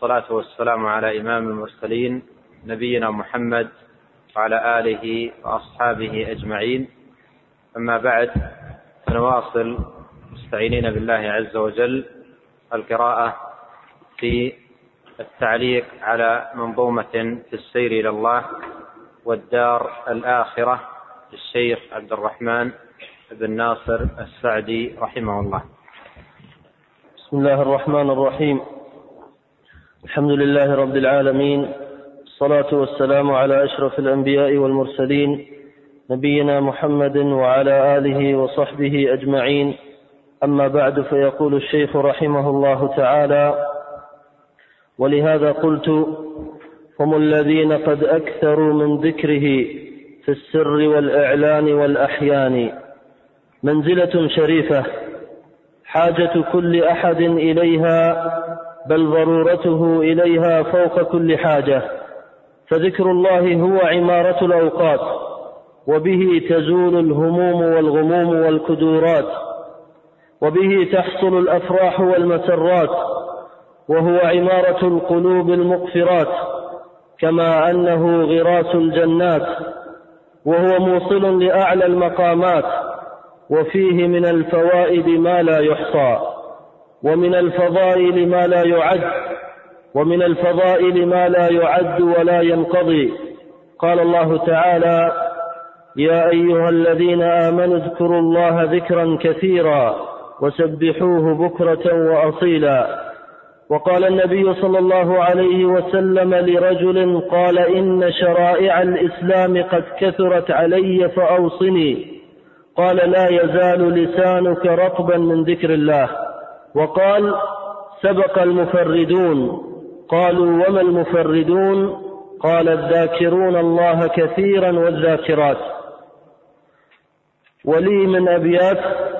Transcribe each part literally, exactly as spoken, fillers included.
والصلاة والسلام على إمام المرسلين نبينا محمد وعلى آله وأصحابه أجمعين. أما بعد، فنواصل مستعينين بالله عز وجل القراءة في التعليق على منظومة في السير إلى الله والدار الآخرة للشيخ عبد الرحمن بن ناصر السعدي رحمه الله. بسم الله الرحمن الرحيم. الحمد لله رب العالمين، الصلاة والسلام على أشرف الأنبياء والمرسلين نبينا محمد وعلى آله وصحبه أجمعين. أما بعد، فيقول الشيخ رحمه الله تعالى: ولهذا قلت هم الذين قد أكثروا من ذكره في السر والإعلان والأحيان، منزلة شريفة حاجة كل أحد إليها، بل ضرورته إليها فوق كل حاجة. فذكر الله هو عمارة الأوقات، وبه تزول الهموم والغموم والكدورات، وبه تحصل الأفراح والمسرات، وهو عمارة القلوب المغفرات، كما أنه غراس الجنات، وهو موصل لأعلى المقامات، وفيه من الفوائد ما لا يحصى، ومن الفضائل ما لا يعد ومن الفضائل ما لا يعد ولا ينقضي. قال الله تعالى: يا أيها الذين آمنوا اذكروا الله ذكرا كثيرا وسبحوه بكرة وأصيلا. وقال النبي صلى الله عليه وسلم لرجل قال: إن شرائع الإسلام قد كثرت علي فأوصني. قال: لا يزال لسانك رطبا من ذكر الله. وقال: سبق المفردون. قالوا: وما المفردون؟ قال: الذاكرون الله كثيرا والذاكرات. ولي من أبيات: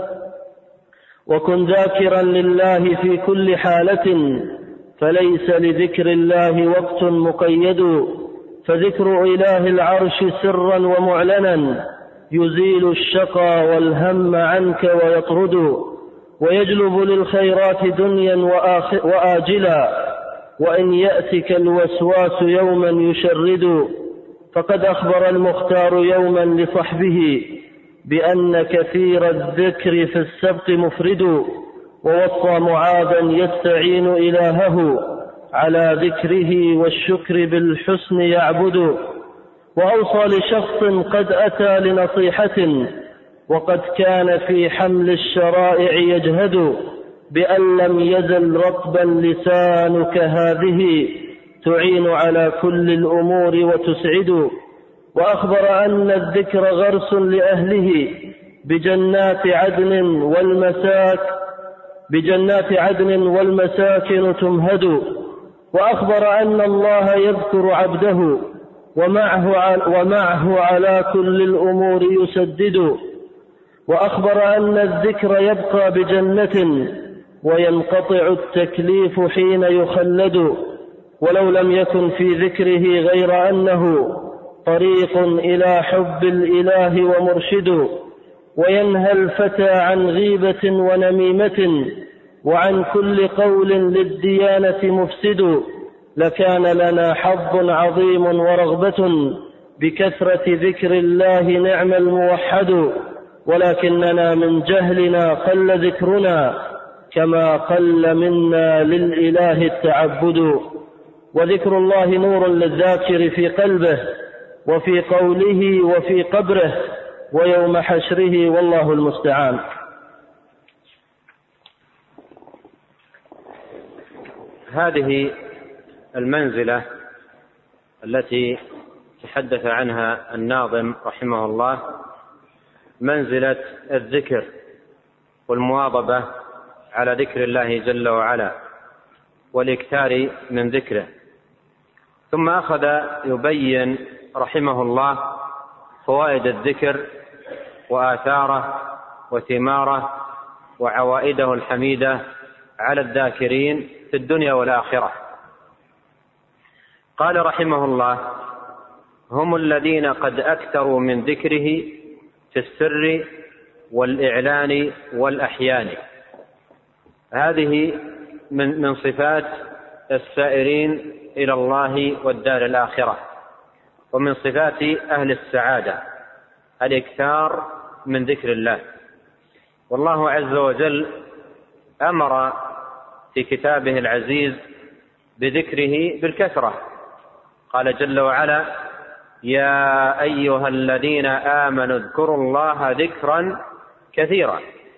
وكن ذاكرا لله في كل حالة، فليس لذكر الله وقت مقيد، فذكر إله العرش سرا ومعلنا يزيل الشقى والهم عنك ويطرد، ويجلب للخيرات دنيا وآجلا، وإن يأتك الوسواس يوما يشرد. فقد أخبر المختار يوما لصحبه بأن كثير الذكر في السبق مفرد، ووصى معاذا يستعين إلهه على ذكره والشكر بالحسن يعبد. وأوصى لشخص قد أتى لنصيحة وقد كان في حمل الشرائع يجهد بأن لم يزل رطبا لسانك هذه تعين على كل الأمور وتسعد. وأخبر أن الذكر غرس لأهله بجنات عدن والمساك بجنات عدن والمساكن تمهد. وأخبر أن الله يذكر عبده ومعه, ومعه على كل الأمور يسدد. وأخبر أن الذكر يبقى بجنة وينقطع التكليف حين يخلد، ولو لم يكن في ذكره غير أنه طريق إلى حب الإله ومرشد، وينهى الفتى عن غيبة ونميمة وعن كل قول للديانة مفسد. لكان لنا حظ عظيم ورغبة بكثرة ذكر الله نعم الموحد، ولكننا من جهلنا قل ذكرنا كما قل منا للإله التعبد. وذكر الله نور للذاكر في قلبه وفي قوله وفي قبره ويوم حشره، والله المستعان. هذه المنزلة التي تحدث عنها الناظم رحمه الله منزلة الذكر والمواظبة على ذكر الله جل وعلا والإكثار من ذكره. ثم أخذ يبين رحمه الله فوائد الذكر وآثاره وثماره وعوائده الحميدة على الذاكرين في الدنيا والآخرة. قال رحمه الله: هم الذين قد أكثروا من ذكره في السر والإعلان والأحيان. هذه من من صفات السائرين إلى الله والدار الآخرة، ومن صفات أهل السعادة الإكثار من ذكر الله. والله عز وجل أمر في كتابه العزيز بذكره بالكثرة، قال جل وعلا: يا أيها الذين آمنوا اذكروا الله ذكرا كثيرا.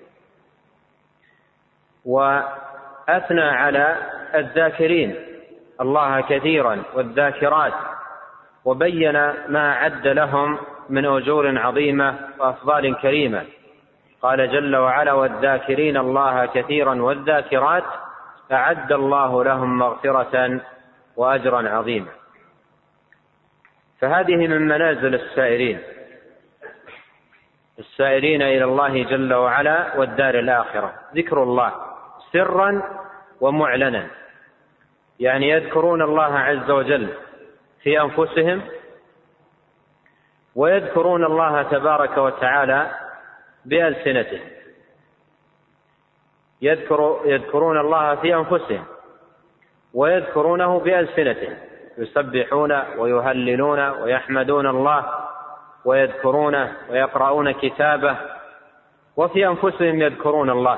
وأثنى على الذاكرين الله كثيرا والذاكرات، وبين ما أعد لهم من أجور عظيمة وأفضال كريمة. قال جل وعلا: والذاكرين الله كثيرا والذاكرات أعد الله لهم مغفرة وأجرا عظيما. فهذه من منازل السائرين السائرين إلى الله جل وعلا والدار الآخرة، ذكر الله سرا ومعلنا، يعني يذكرون الله عز وجل في أنفسهم، ويذكرون الله تبارك وتعالى بألسنتهم. يذكر يذكرون الله في أنفسهم ويذكرونه بألسنتهم، يسبحون ويهللون ويحمدون الله ويذكرونه ويقرؤون كتابه، وفي أنفسهم يذكرون الله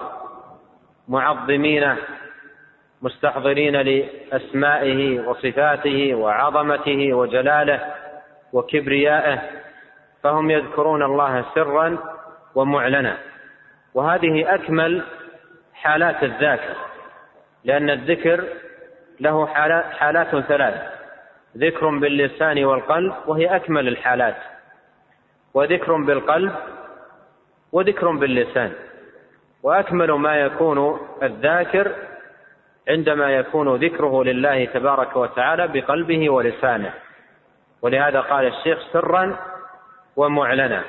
معظمين مستحضرين لأسمائه وصفاته وعظمته وجلاله وكبريائه، فهم يذكرون الله سرا ومعلنا. وهذه أكمل حالات الذاكر، لأن الذكر له حالات ثلاث: ذكر باللسان والقلب وهي أكمل الحالات، وذكر بالقلب، وذكر باللسان. وأكمل ما يكون الذاكر عندما يكون ذكره لله تبارك وتعالى بقلبه ولسانه، ولهذا قال الشيخ سرا ومعلنا.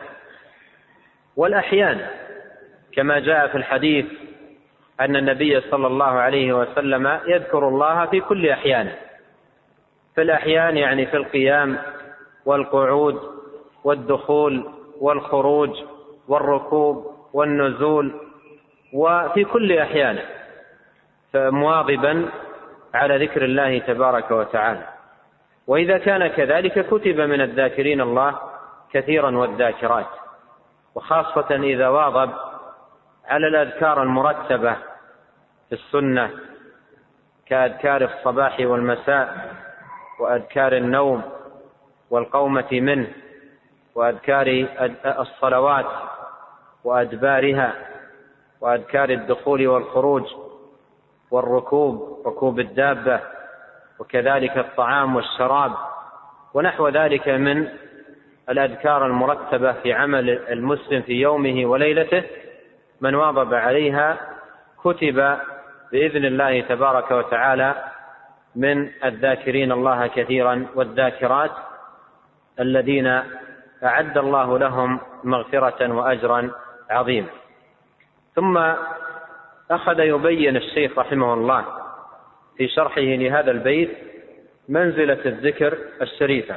والأحيان كما جاء في الحديث أن النبي صلى الله عليه وسلم يذكر الله في كل أحيانه. في الأحيان يعني في القيام والقعود والدخول والخروج والركوب والنزول، وفي كل أحيانه مواظبا على ذكر الله تبارك وتعالى. وإذا كان كذلك كتب من الذاكرين الله كثيرا والذاكرات، وخاصة إذا واظب على الأذكار المرتبة في السنة كأذكار الصباح والمساء، وأذكار النوم والقومة منه، وأذكار الصلوات وأدبارها، وأذكار الدخول والخروج والركوب، ركوب الدابة، وكذلك الطعام والشراب ونحو ذلك من الأذكار المرتبة في عمل المسلم في يومه وليلته. من واظب عليها كتب بإذن الله تبارك وتعالى من الذاكرين الله كثيرا والذاكرات الذين أعد الله لهم مغفرة وأجرا عظيما. ثم أخذ يبين الشيخ رحمه الله في شرحه لهذا البيت منزلة الذكر الشريفة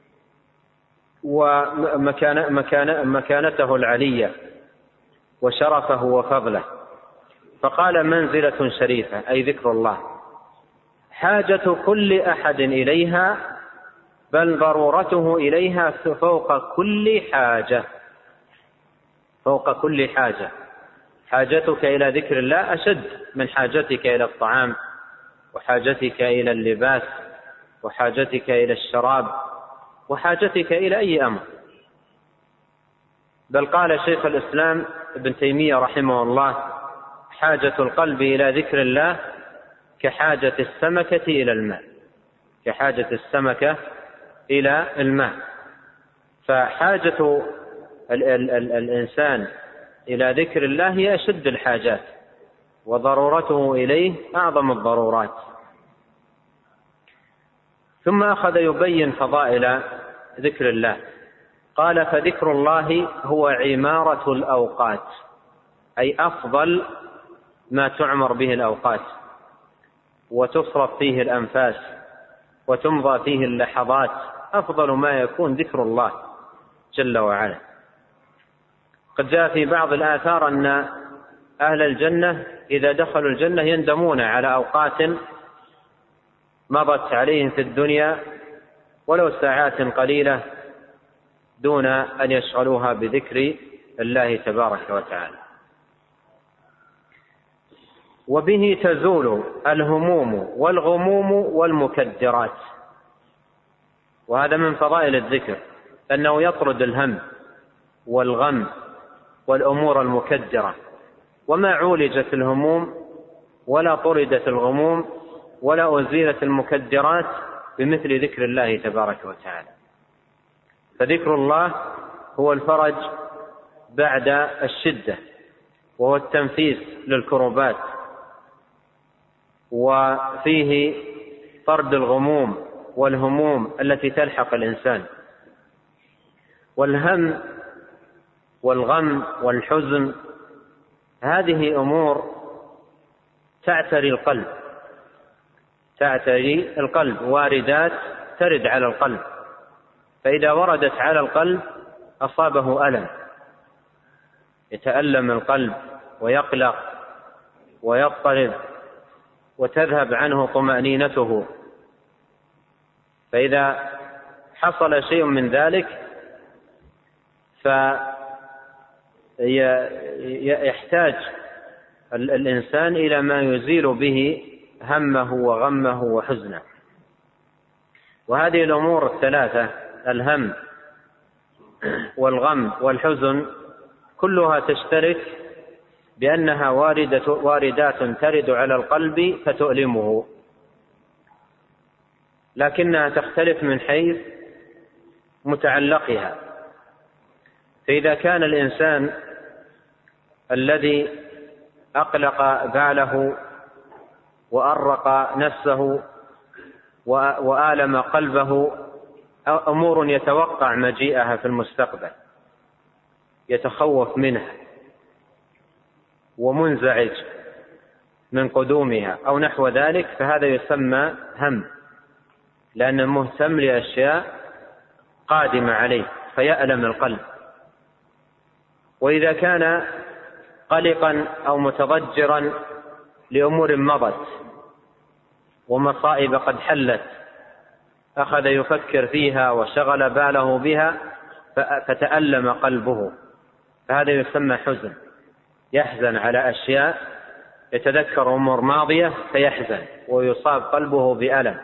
ومكان مكان مكانته العلية وشرفه وفضله، فقال: منزلة شريفة أي ذكر الله، حاجة كل أحد إليها، بل ضرورته إليها فوق كل حاجة. فوق كل حاجة، حاجتك إلى ذكر الله أشد من حاجتك إلى الطعام، وحاجتك إلى اللباس، وحاجتك إلى الشراب، وحاجتك إلى أي أمر. بل قال شيخ الإسلام ابن تيمية رحمه الله: حاجة القلب إلى ذكر الله كحاجة السمكة إلى الماء، كحاجة السمكة إلى الماء. فحاجة ال ال ال الإنسان إلى ذكر الله هي أشد الحاجات، وضرورته إليه أعظم الضرورات. ثم أخذ يبين فضائل ذكر الله، قال: فذكر الله هو عمارة الأوقات، أي أفضل ما تعمر به الأوقات وتصرف فيه الأنفاس وتمضى فيه اللحظات، أفضل ما يكون ذكر الله جل وعلا. قد جاء في بعض الآثار أن أهل الجنة إذا دخلوا الجنة يندمون على أوقات مضت عليهم في الدنيا ولو ساعات قليلة دون أن يشغلوها بذكر الله تبارك وتعالى. وبه تزول الهموم والغموم والمكدرات، وهذا من فضائل الذكر أنه يطرد الهم والغم والأمور المكدرة، وما عولجت الهموم ولا طردت الغموم ولا أزيلت المكدرات بمثل ذكر الله تبارك وتعالى. فذكر الله هو الفرج بعد الشدة، وهو التنفيس للكربات، وفيه طرد الغموم والهموم التي تلحق الإنسان. والهم والغم والحزن هذه أمور تعتري القلب تعتري القلب واردات ترد على القلب، فإذا وردت على القلب أصابه ألم، يتألم القلب ويقلق ويضطرب وتذهب عنه طمأنينته. فإذا حصل شيء من ذلك فيحتاج الإنسان إلى ما يزيل به همه وغمه وحزنه. وهذه الأمور الثلاثة، الهم والغم والحزن، كلها تشترك بأنها واردة واردات ترد على القلب فتؤلمه، لكنها تختلف من حيث متعلقها. فإذا كان الإنسان الذي أقلق باله وأرق نفسه وآلم قلبه أمور يتوقع مجيئها في المستقبل، يتخوف منها ومنزعج من قدومها أو نحو ذلك، فهذا يسمى هم، لأنه مهتم لأشياء قادمة عليه فيألم القلب. وإذا كان قلقا أو متضجرا لأمور مضت ومصائب قد حلت أخذ يفكر فيها وشغل باله بها فتألم قلبه، فهذا يسمى حزن، يحزن على أشياء، يتذكر أمور ماضية فيحزن ويصاب قلبه بألم.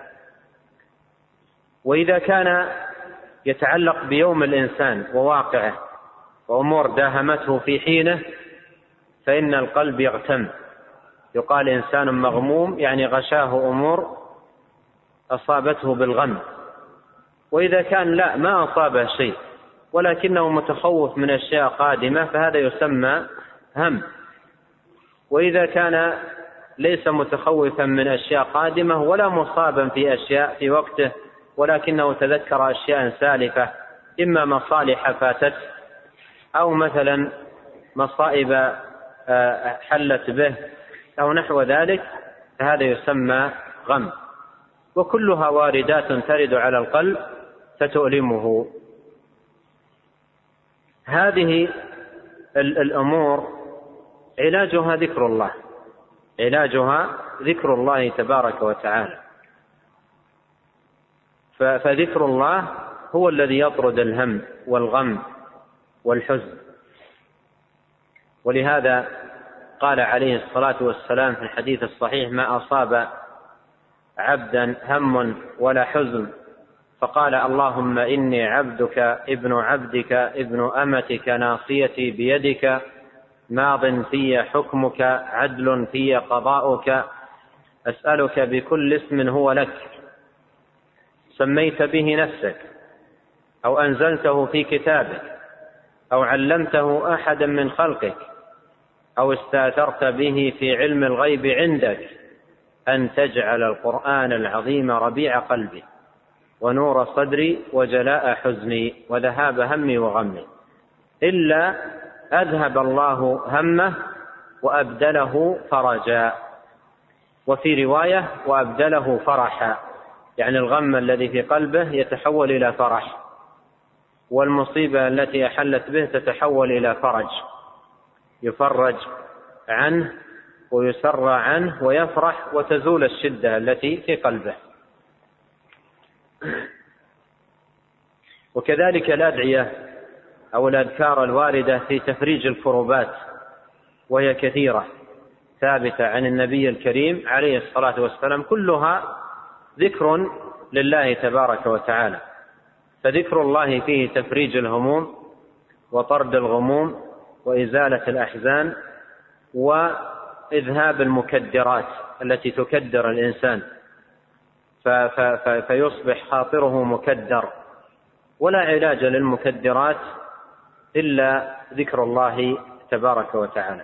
وإذا كان يتعلق بيوم الإنسان وواقعه وأمور داهمته في حينه فإن القلب يغتم، يقال إنسان مغموم يعني غشاه أمور أصابته بالغم. وإذا كان لا ما أصابه شيء ولكنه متخوف من أشياء قادمة فهذا يسمى هم. وإذا كان ليس متخوفا من أشياء قادمة ولا مصابا في أشياء في وقته ولكنه تذكر أشياء سالفة، إما مصالح فاتت أو مثلا مصائب حلت به أو نحو ذلك، فهذا يسمى غم. وكلها واردات ترد على القلب فتؤلمه. هذه الأمور علاجها ذكر الله، علاجها ذكر الله تبارك وتعالى. فذكر الله هو الذي يطرد الهم والغم والحزن. ولهذا قال عليه الصلاة والسلام في الحديث الصحيح: ما أصاب عبدا هم ولا حزن فقال اللهم إني عبدك ابن عبدك ابن أمتك ناصيتي بيدك ماض في حكمك عدل في قضاؤك أسألك بكل اسم هو لك سميت به نفسك أو أنزلته في كتابك أو علمته أحدا من خلقك أو استأثرت به في علم الغيب عندك أن تجعل القرآن العظيم ربيع قلبي ونور صدري وجلاء حزني وذهاب همي وغمي، إلا أذهب الله همه وأبدله فرجا. وفي رواية وأبدله فرحا، يعني الغم الذي في قلبه يتحول إلى فرح، والمصيبة التي أحلت به تتحول إلى فرج، يفرج عنه ويسر عنه ويفرح وتزول الشدة التي في قلبه. وكذلك الأدعية أو الأذكار الواردة في تفريج الكربات، وهي كثيرة ثابتة عن النبي الكريم عليه الصلاة والسلام، كلها ذكر لله تبارك وتعالى. فذكر الله فيه تفريج الهموم وطرد الغموم وإزالة الأحزان وإذهاب المكدرات التي تكدر الإنسان فيصبح خاطره مكدر، ولا علاج للمكدرات إلا ذكر الله تبارك وتعالى.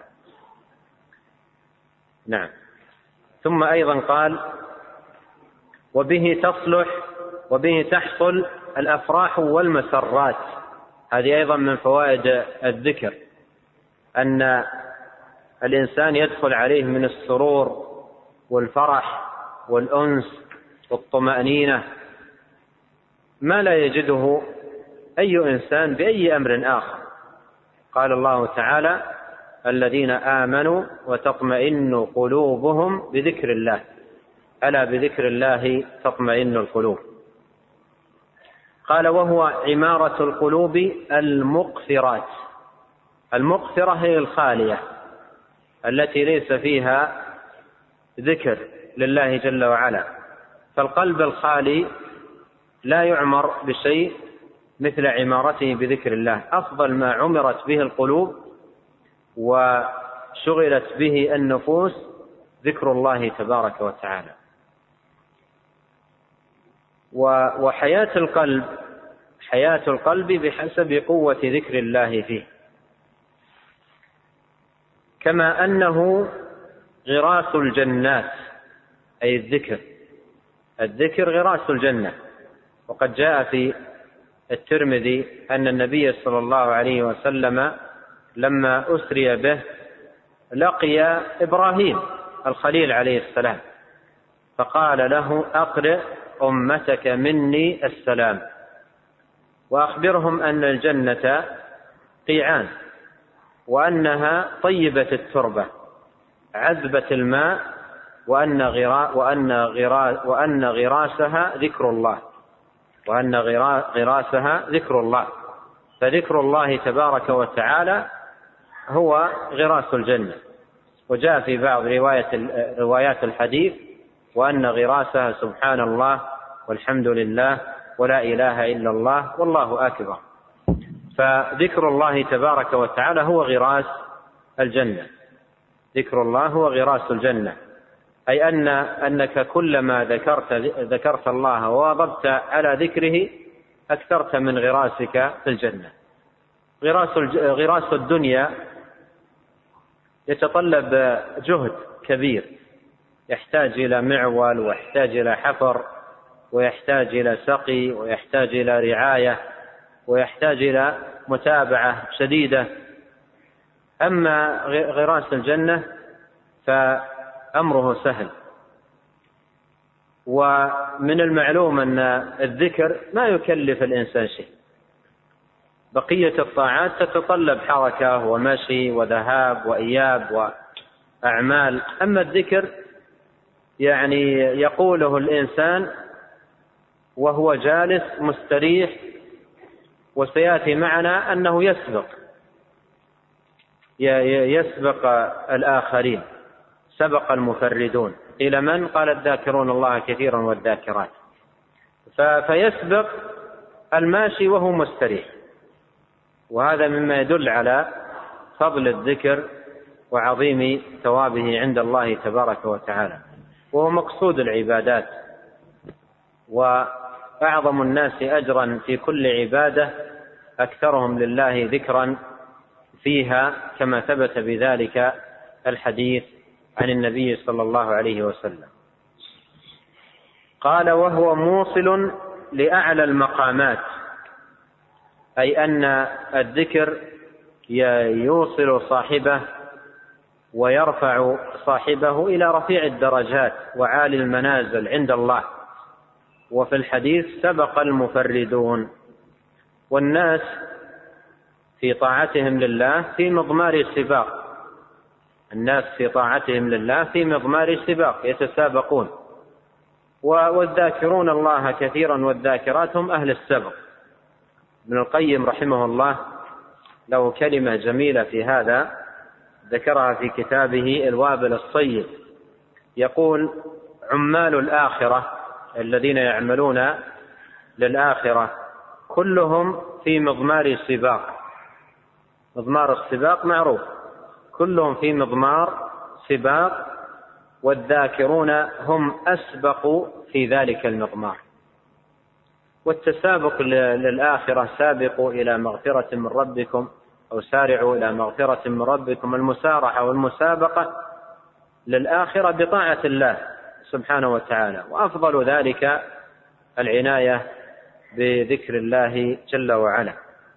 نعم. ثم أيضا قال: وبه تصلح وبه تحصل الأفراح والمسرات. هذه أيضا من فوائد الذكر، أن الإنسان يدخل عليه من السرور والفرح والأنس والطمأنينة ما لا يجده أي إنسان بأي أمر آخر. قال الله تعالى: الذين آمنوا وتطمئن قلوبهم بذكر الله، ألا بذكر الله تطمئن القلوب. قال: وهو عمارة القلوب المقفرات. المقفرة هي الخالية التي ليس فيها ذكر لله جل وعلا. فالقلب الخالي لا يعمر بشيء مثل عمارته بذكر الله. أفضل ما عمرت به القلوب وشغلت به النفوس ذكر الله تبارك وتعالى. وحياة القلب حياة القلب بحسب قوة ذكر الله فيه، كما أنه غراس الجنات، أي الذكر الذكر غراس الجنة. وقد جاء في الترمذي أن النبي صلى الله عليه وسلم لما أسري به لقي إبراهيم الخليل عليه السلام، فقال له: أقرئ أمتك مني السلام، وأخبرهم أن الجنة قيعان، وأنها طيبة التربة عذبة الماء، وأن, غرا وأن, غرا وأن غراسها ذكر الله وأن غراسها ذكر الله. فذكر الله تبارك وتعالى هو غراس الجنة. وجاء في بعض روايات الحديث: وأن غراسها سبحان الله والحمد لله ولا إله إلا الله والله أكبر. فذكر الله تبارك وتعالى هو غراس الجنة. ذكر الله هو غراس الجنة، أي أن أنك كلما ذكرت ذكرت الله وواظبت على ذكره أكثرت من غراسك في الجنة. غراس غراس الدنيا يتطلب جهد كبير، يحتاج إلى معول، ويحتاج إلى حفر، ويحتاج إلى سقي، ويحتاج إلى رعاية، ويحتاج إلى متابعة شديدة. أما غراس الجنة فأمره سهل. ومن المعلوم أن الذكر ما يكلف الإنسان شيء. بقية الطاعات تتطلب حركة ومشي وذهاب وإياب وأعمال، أما الذكر يعني يقوله الإنسان وهو جالس مستريح. وسيأتي معنا أنه يسبق يسبق الآخرين، سبق المفردون. إلى من؟ قال: الذاكرون الله كثيرا والذاكرات. فيسبق الماشي وهو مستريح، وهذا مما يدل على فضل الذكر وعظيم ثوابه عند الله تبارك وتعالى، وهو مقصود العبادات. وأعظم الناس أجرا في كل عبادة أكثرهم لله ذكرا فيها، كما ثبت بذلك الحديث عن النبي صلى الله عليه وسلم. قال: وهو موصل لأعلى المقامات، أي أن الذكر يوصل صاحبه ويرفع صاحبه إلى رفيع الدرجات وعالي المنازل عند الله. وفي الحديث: سبق المفردون. والناس في طاعتهم لله في مضمار السباق الناس في طاعتهم لله في مضمار السباق يتسابقون. والذاكرون الله كثيرا والذاكرات هم أهل السبق. ابن القيم رحمه الله له كلمة جميلة في هذا ذكرها في كتابه الوابل الصيب، يقول: عمال الآخرة الذين يعملون للآخرة كلهم في مضمار سباق. مضمار السباق معروف، كلهم في مضمار سباق، والذاكرون هم أسبق في ذلك المضمار. والتسابق للآخرة: سابقوا إلى مغفرة من ربكم أو سارعوا إلى مغفرة من ربكم. المسارعة والمسابقة للآخرة بطاعة الله سبحانه وتعالى، وأفضل ذلك العناية بذكر الله جل وعلا.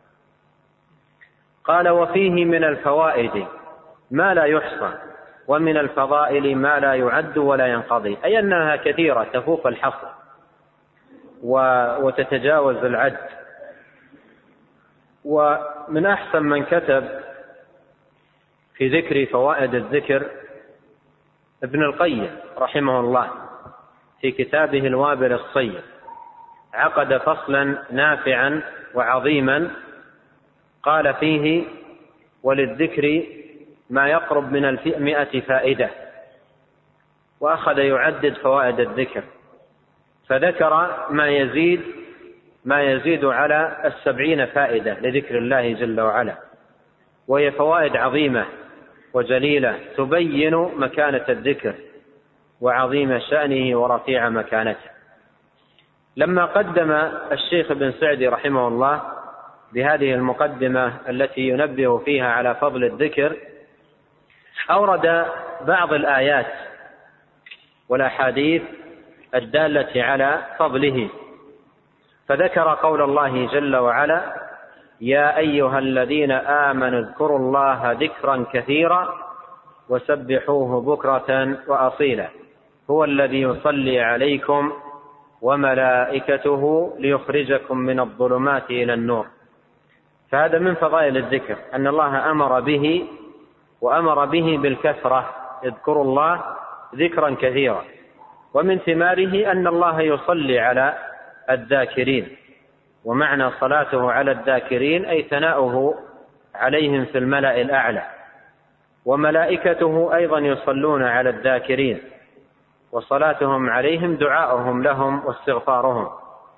قال: وفيه من الفوائد ما لا يحصى، ومن الفضائل ما لا يعد ولا ينقضي، أي أنها كثيرة تفوق الحصر وتتجاوز العد. ومن أحسن من كتب في ذكر فوائد الذكر ابن القيم رحمه الله في كتابه الوابل الصيب، عقد فصلا نافعا وعظيما قال فيه: وللذكر ما يقرب من المئة فائدة، وأخذ يعدد فوائد الذكر، فذكر ما يزيد ما يزيد على السبعين فائدة لذكر الله جل وعلا، وهي فوائد عظيمة وجليلة تبين مكانة الذكر وعظيم شأنه ورفيع مكانته. لما قدم الشيخ ابن سعدي رحمه الله بهذه المقدمة التي ينبه فيها على فضل الذكر، أورد بعض الآيات والأحاديث الدالة على فضله، فذكر قول الله جل وعلا: يا أيها الذين آمنوا اذكروا الله ذكرا كثيرا وسبحوه بكرة وأصيلا هو الذي يصلي عليكم وملائكته ليخرجكم من الظلمات إلى النور. فهذا من فضائل الذكر أن الله أمر به، وأمر به بالكثرة، اذكروا الله ذكرا كثيرا. ومن ثماره أن الله يصلي على الذاكرين، ومعنى صلاته على الذاكرين أي ثناؤه عليهم في الملأ الأعلى. وملائكته أيضا يصلون على الذاكرين، وصلاتهم عليهم دعاؤهم لهم واستغفارهم.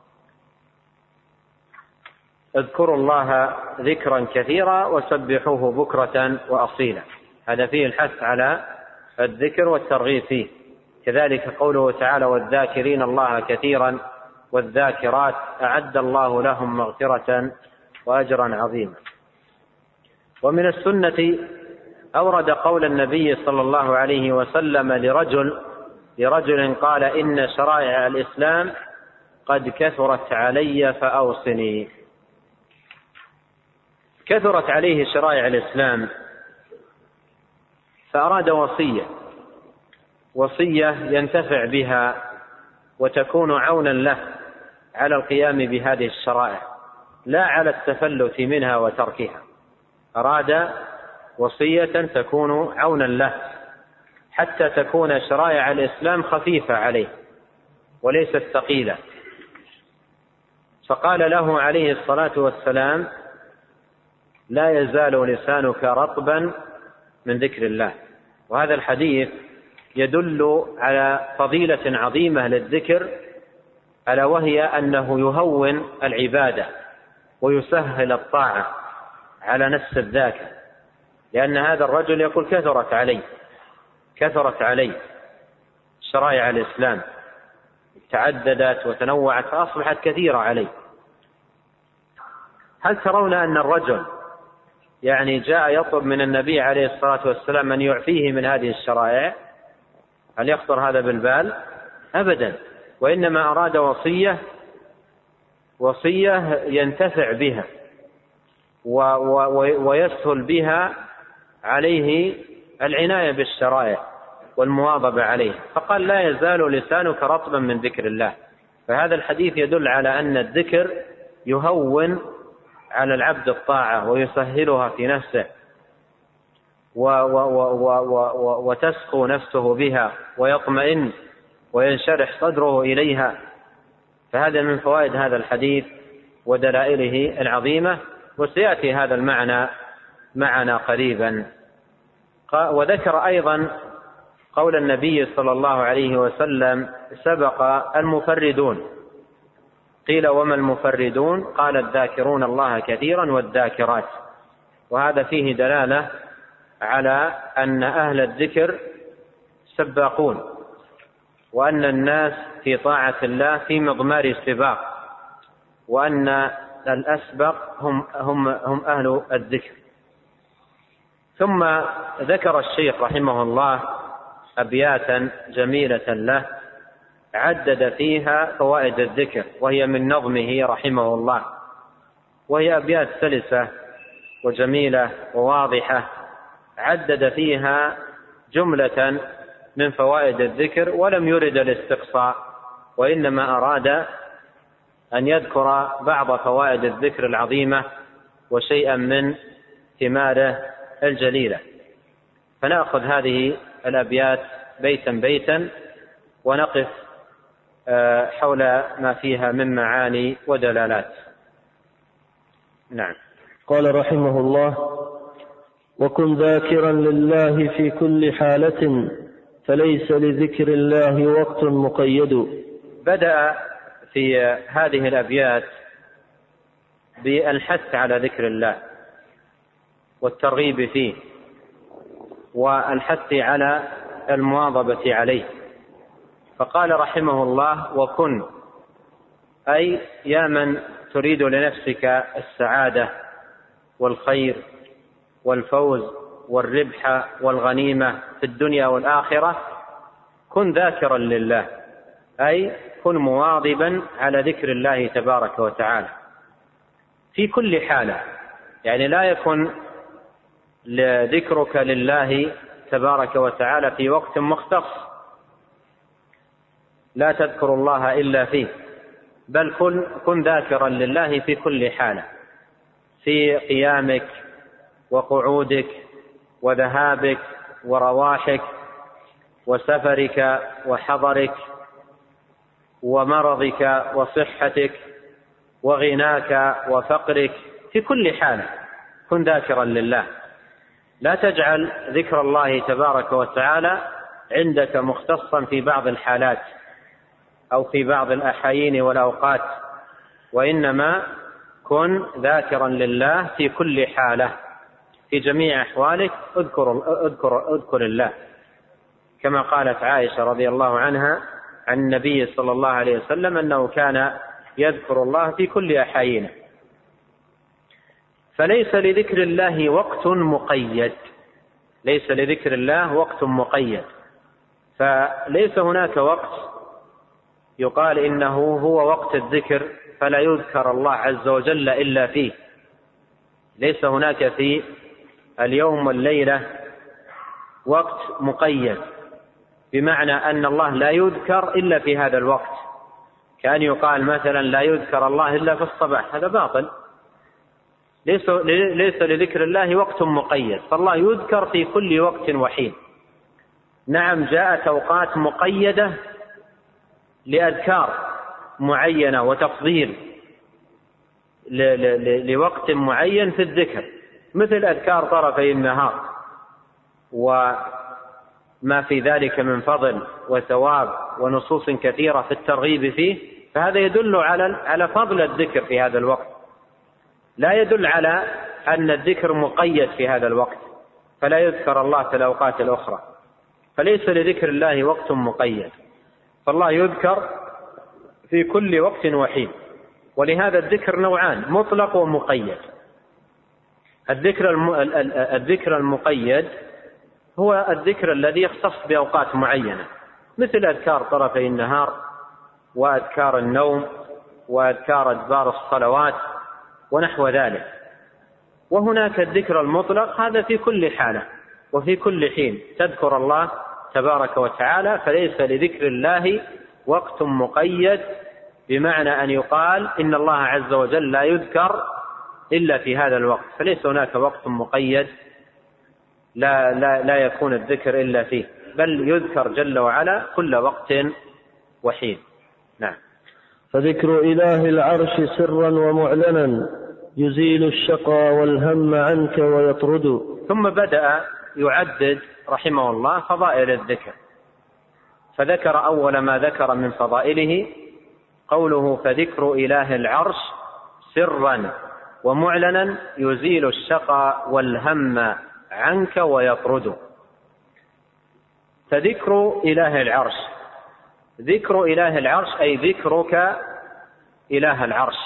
اذكروا الله ذكرا كثيرا وسبحوه بكرة وأصيلا، هذا فيه الحث على الذكر والترغيب فيه. كذلك قوله تعالى: والذاكرين الله كثيرا والذاكرات أعد الله لهم مغفرة وأجرا عظيما. ومن السنة أورد قول النبي صلى الله عليه وسلم لرجل لرجل قال: إن شرائع الإسلام قد كثرت علي فأوصني. كثرت عليه شرائع الإسلام فأراد وصية وصية ينتفع بها وتكون عونا له على القيام بهذه الشرائع، لا على التفلت منها وتركها. أراد وصية تكون عونا له حتى تكون شرائع الإسلام خفيفة عليه وليست ثقيلة. فقال له عليه الصلاة والسلام: لا يزال لسانك رطبا من ذكر الله. وهذا الحديث يدل على فضيلة عظيمة للذكر، ألا وهي أنه يهون العبادة ويسهل الطاعة على نفس الذاكر، لأن هذا الرجل يقول: كثرت علي كثرت علي شرائع الإسلام، تعددت وتنوعت فأصبحت كثيرة علي. هل ترون أن الرجل يعني جاء يطلب من النبي عليه الصلاة والسلام أن يعفيه من هذه الشرائع؟ هل يخطر هذا بالبال؟ أبدا، وإنما أراد وصية وصية ينتفع بها ويسهل بها عليه العناية بالشرائع والمواظبة عليه. فقال: لا يزال لسانك رطبا من ذكر الله. فهذا الحديث يدل على أن الذكر يهون على العبد الطاعة ويسهلها في نفسه وتسقو نفسه بها ويطمئن وينشرح صدره إليها. فهذا من فوائد هذا الحديث ودلائله العظيمة، وسيأتي هذا المعنى معنا قريبا. وذكر أيضا قول النبي صلى الله عليه وسلم: سبق المفردون. قيل: وما المفردون؟ قال: الذاكرون الله كثيرا والذاكرات. وهذا فيه دلالة على أن أهل الذكر سباقون، وأن الناس في طاعة الله في مضمار السباق، وأن الأسبق هم, هم, هم أهل الذكر. ثم ذكر الشيخ رحمه الله أبياتا جميلة له عدد فيها فوائد الذكر، وهي من نظمه رحمه الله، وهي أبيات سلسة وجميلة وواضحة، عدد فيها جملة من فوائد الذكر، ولم يرد الاستقصاء، وإنما أراد أن يذكر بعض فوائد الذكر العظيمة وشيئا من ثماره الجليلة. فنأخذ هذه الأبيات بيتا بيتا ونقف حول ما فيها من معاني ودلالات. نعم. قال رحمه الله: وكن ذاكرا لله في كل حالة فليس لذكر الله وقت مقيد. بدأ في هذه الأبيات بالحث على ذكر الله والترغيب فيه والحث على المواظبة عليه. فقال رحمه الله: وكن، أي يا من تريد لنفسك السعادة والخير والفوز والربح والغنيمة في الدنيا والآخرة، كن ذاكرا لله، أي كن مواظبا على ذكر الله تبارك وتعالى في كل حالة. يعني لا يكن ذكرك لله تبارك وتعالى في وقت مختص لا تذكر الله إلا فيه، بل كن, كن ذاكرا لله في كل حالة، في قيامك وقعودك وذهابك ورواحك وسفرك وحضرك ومرضك وصحتك وغناك وفقرك، في كل حالة كن ذاكرا لله. لا تجعل ذكر الله تبارك وتعالى عندك مختصا في بعض الحالات أو في بعض الأحايين والأوقات، وإنما كن ذاكرا لله في كل حالة، في جميع أحوالك اذكر, اذكر, اذكر الله، كما قالت عائشة رضي الله عنها عن النبي صلى الله عليه وسلم أنه كان يذكر الله في كل أحايينه. فليس لذكر الله وقت مقيد، ليس لذكر الله وقت مقيد، فليس هناك وقت يقال إنه هو وقت الذكر فلا يذكر الله عز وجل إلا فيه. ليس هناك في اليوم والليلة وقت مقيد، بمعنى أن الله لا يذكر إلا في هذا الوقت، كأن يقال مثلا لا يذكر الله إلا في الصباح، هذا باطل. ليس, ليس لذكر الله وقت مقيد، فالله يذكر في كل وقت وحين. نعم، جاءت أوقات مقيدة لأذكار معينة وتفضيل لوقت معين في الذكر، مثل أذكار طرفي النهار وما في ذلك من فضل وثواب ونصوص كثيرة في الترغيب فيه، فهذا يدل على على فضل الذكر في هذا الوقت، لا يدل على أن الذكر مقيد في هذا الوقت فلا يذكر الله في الأوقات الأخرى. فليس لذكر الله وقت مقيد، فالله يذكر في كل وقت وحين. ولهذا الذكر نوعان: مطلق ومقيد. الذكر الذكر المقيد هو الذكر الذي يختص بأوقات معينة، مثل أذكار طرفي النهار وأذكار النوم وأذكار أدبار الصلوات ونحو ذلك. وهناك الذكر المطلق، هذا في كل حالة وفي كل حين تذكر الله تبارك وتعالى. فليس لذكر الله وقت مقيد، بمعنى أن يقال إن الله عز وجل لا يذكر إلا في هذا الوقت، فليس هناك وقت مقيد لا, لا, لا يكون الذكر إلا فيه، بل يذكر جل وعلا كل وقت وحيد. نعم. فذكر إله العرش سرا ومعلنا يزيل الشقى والهم عنك ويطرد. ثم بدأ يعدد رحمه الله فضائل الذكر، فذكر أول ما ذكر من فضائله قوله فذكر إله العرش سرا ومعلنا يزيل الشقى والهم عنك ويطرد. فذكر إله العرش، ذكر إله العرش أي ذكرك إله العرش.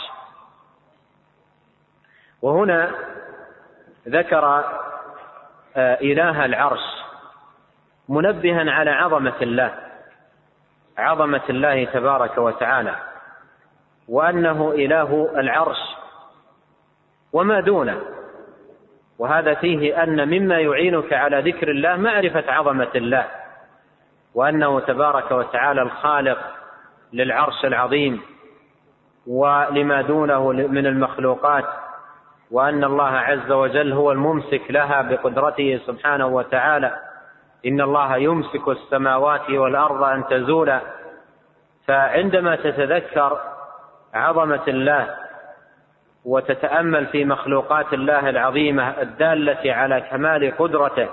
وهنا ذكر إله العرش منبها على عظمة الله، عظمة الله تبارك وتعالى، وأنه إله العرش وما دونه. وهذا فيه أن مما يعينك على ذكر الله معرفة عظمة الله، وأنه تبارك وتعالى الخالق للعرش العظيم ولما دونه من المخلوقات، وأن الله عز وجل هو الممسك لها بقدرته سبحانه وتعالى. إن الله يمسك السماوات والأرض أن تزولا. فعندما تتذكر عظمة الله وتتأمل في مخلوقات الله العظيمة الدالة على كمال قدرته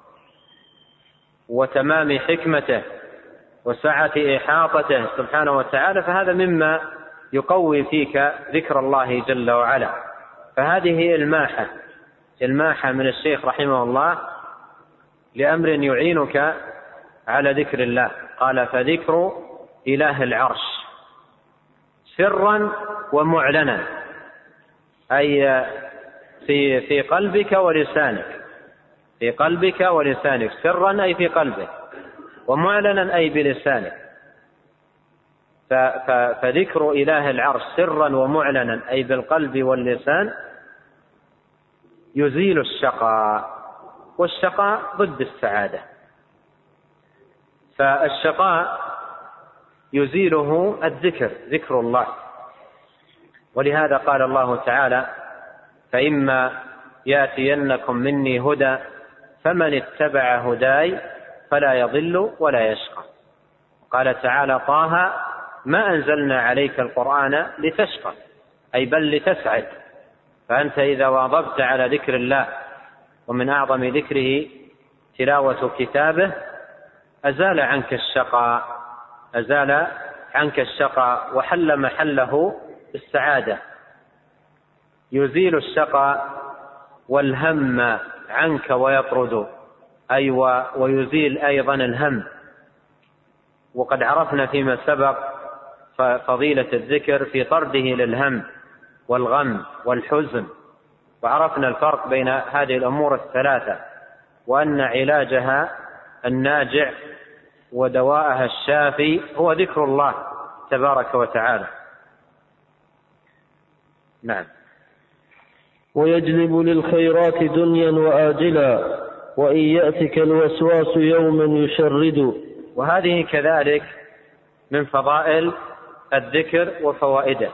وتمام حكمته وسعة إحاطته سبحانه وتعالى، فهذا مما يقوي فيك ذكر الله جل وعلا. فهذه الماحة الماحة من الشيخ رحمه الله لأمر يعينك على ذكر الله. قال فذكر إله العرش سرا ومعلنا، أي في في قلبك ولسانك، في قلبك ولسانك، سرا أي في قلبك، ومعلنا أي بلسانك. فذكر إله العرش سرا ومعلنا أي بالقلب واللسان يزيل الشقاء، والشقاء ضد السعادة. فالشقاء يزيله الذكر، ذكر الله. ولهذا قال الله تعالى فإما يأتينكم مني هدى فمن اتبع هداي فلا يضل ولا يشقى. قال تعالى طه ما أنزلنا عليك القرآن لتشقى، أي بل لتسعد. فأنت إذا واظبت على ذكر الله، ومن أعظم ذكره تلاوة كتابه، أزال عنك الشقاء، أزال عنك الشقاء وحل محله السعادة. يزيل الشقاء والهم عنك ويطرد، أي ويزيل أيضا الهم. وقد عرفنا فيما سبق فضيلة الذكر في طرده للهم والغم والحزن، وعرفنا الفرق بين هذه الأمور الثلاثة، وأن علاجها الناجع ودواءها الشافي هو ذكر الله تبارك وتعالى. نعم. ويجلب للخيرات دنيا وآجلا وإن يأتك الوسواس يوما يشرد. وهذه كذلك من فضائل الذكر وفوائده.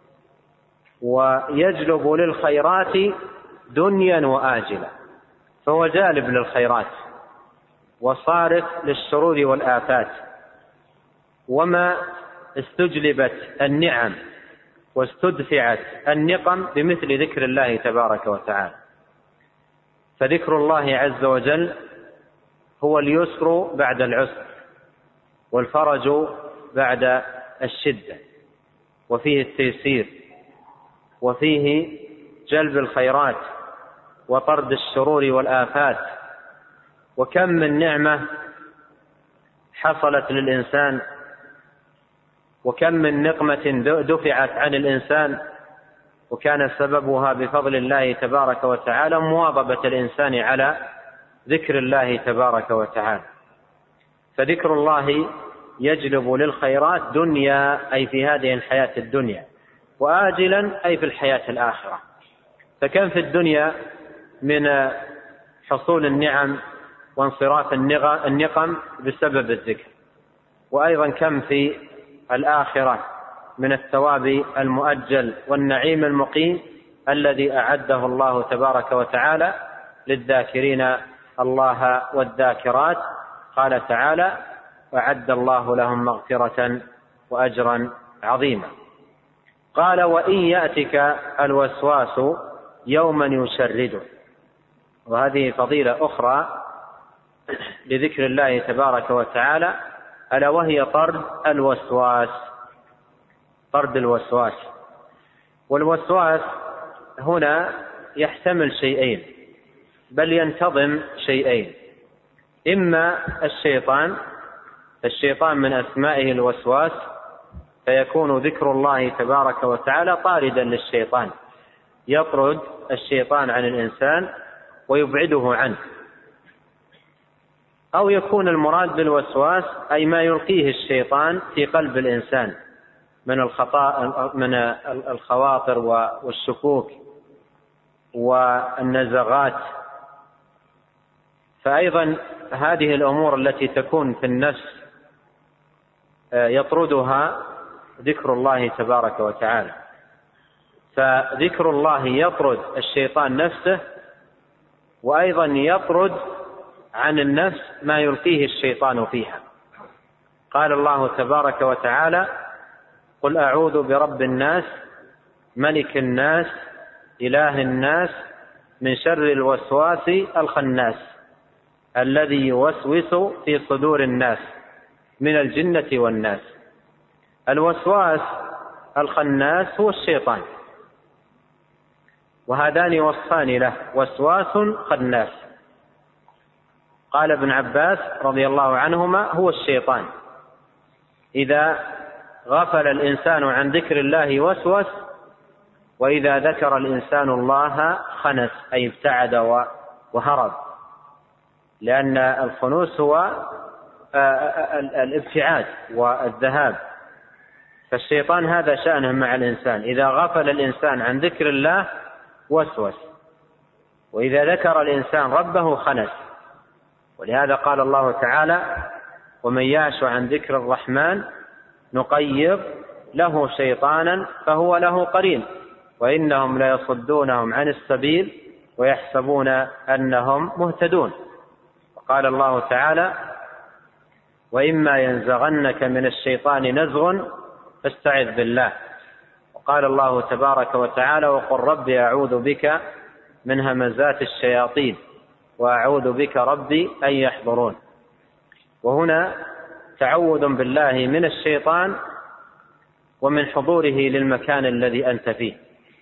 ويجلب للخيرات دنيا وآجلا، فهو جالب للخيرات وصارف للشرور والآفات. وما استجلبت النعم واستدفعت النقم بمثل ذكر الله تبارك وتعالى. فذكر الله عز وجل هو اليسر بعد العسر والفرج بعد الشدة، وفيه التيسير، وفيه جلب الخيرات وطرد الشرور والآفات. وكم من نعمة حصلت للإنسان، وكم من نقمة دفعت عن الإنسان، وكان سببها بفضل الله تبارك وتعالى مواظبة الإنسان على ذكر الله تبارك وتعالى. فذكر الله يجلب للخيرات دنيا أي في هذه الحياة الدنيا، وآجلا أي في الحياة الآخرة. فكم في الدنيا من حصول النعم وانصراف النقم بسبب الذكر، وأيضا كم في الآخرة من الثواب المؤجل والنعيم المقيم الذي أعده الله تبارك وتعالى للذاكرين الله والذاكرات. قال تعالى: وأعد الله لهم مغفرة وأجرا عظيما. قال: وإن يأتك الوسواس يوما يشرده. وهذه فضيلة أخرى لذكر الله تبارك وتعالى، ألا وهي طرد الوسواس. طرد الوسواس. والوسواس هنا يحتمل شيئين، بل ينتظم شيئين: إما الشيطان، الشيطان من أسمائه الوسواس، فيكون ذكر الله تبارك وتعالى طاردا للشيطان، يطرد الشيطان عن الإنسان ويبعده عنه. أو يكون المراد بالوسواس أي ما يلقيه الشيطان في قلب الإنسان من الخطا من الخواطر والشكوك والنزغات. فأيضا هذه الأمور التي تكون في النفس يطردها ذكر الله تبارك وتعالى. فذكر الله يطرد الشيطان نفسه، وأيضا يطرد عن النفس ما يلقيه الشيطان فيها. قال الله تبارك وتعالى: قل أعوذ برب الناس ملك الناس إله الناس من شر الوسواس الخناس الذي يوسوس في صدور الناس من الجنة والناس. الوسواس الخناس هو الشيطان، وهذان وصفان له: وسواس خناس. قال ابن عباس رضي الله عنهما: هو الشيطان، إذا غفل الإنسان عن ذكر الله وسوس، وإذا ذكر الإنسان الله خنس، أي ابتعد وهرب، لأن الخنوس هو الابتعاد والذهاب. فالشيطان هذا شأنه مع الإنسان، إذا غفل الإنسان عن ذكر الله وسوس، وإذا ذكر الإنسان ربه خنس. ولهذا قال الله تعالى: ومن يعش عن ذكر الرحمن نقيض له شيطانا فهو له قرين وإنهم ليصدونهم عن السبيل ويحسبون أنهم مهتدون. وقال الله تعالى: وإما ينزغنك من الشيطان نزغ فاستعذ بالله. وقال الله تبارك وتعالى: وقل ربي أعوذ بك من همزات الشياطين وأعوذ بك ربي أن يحضرون. وهنا تعوذ بالله من الشيطان ومن حضوره للمكان الذي أنت فيه.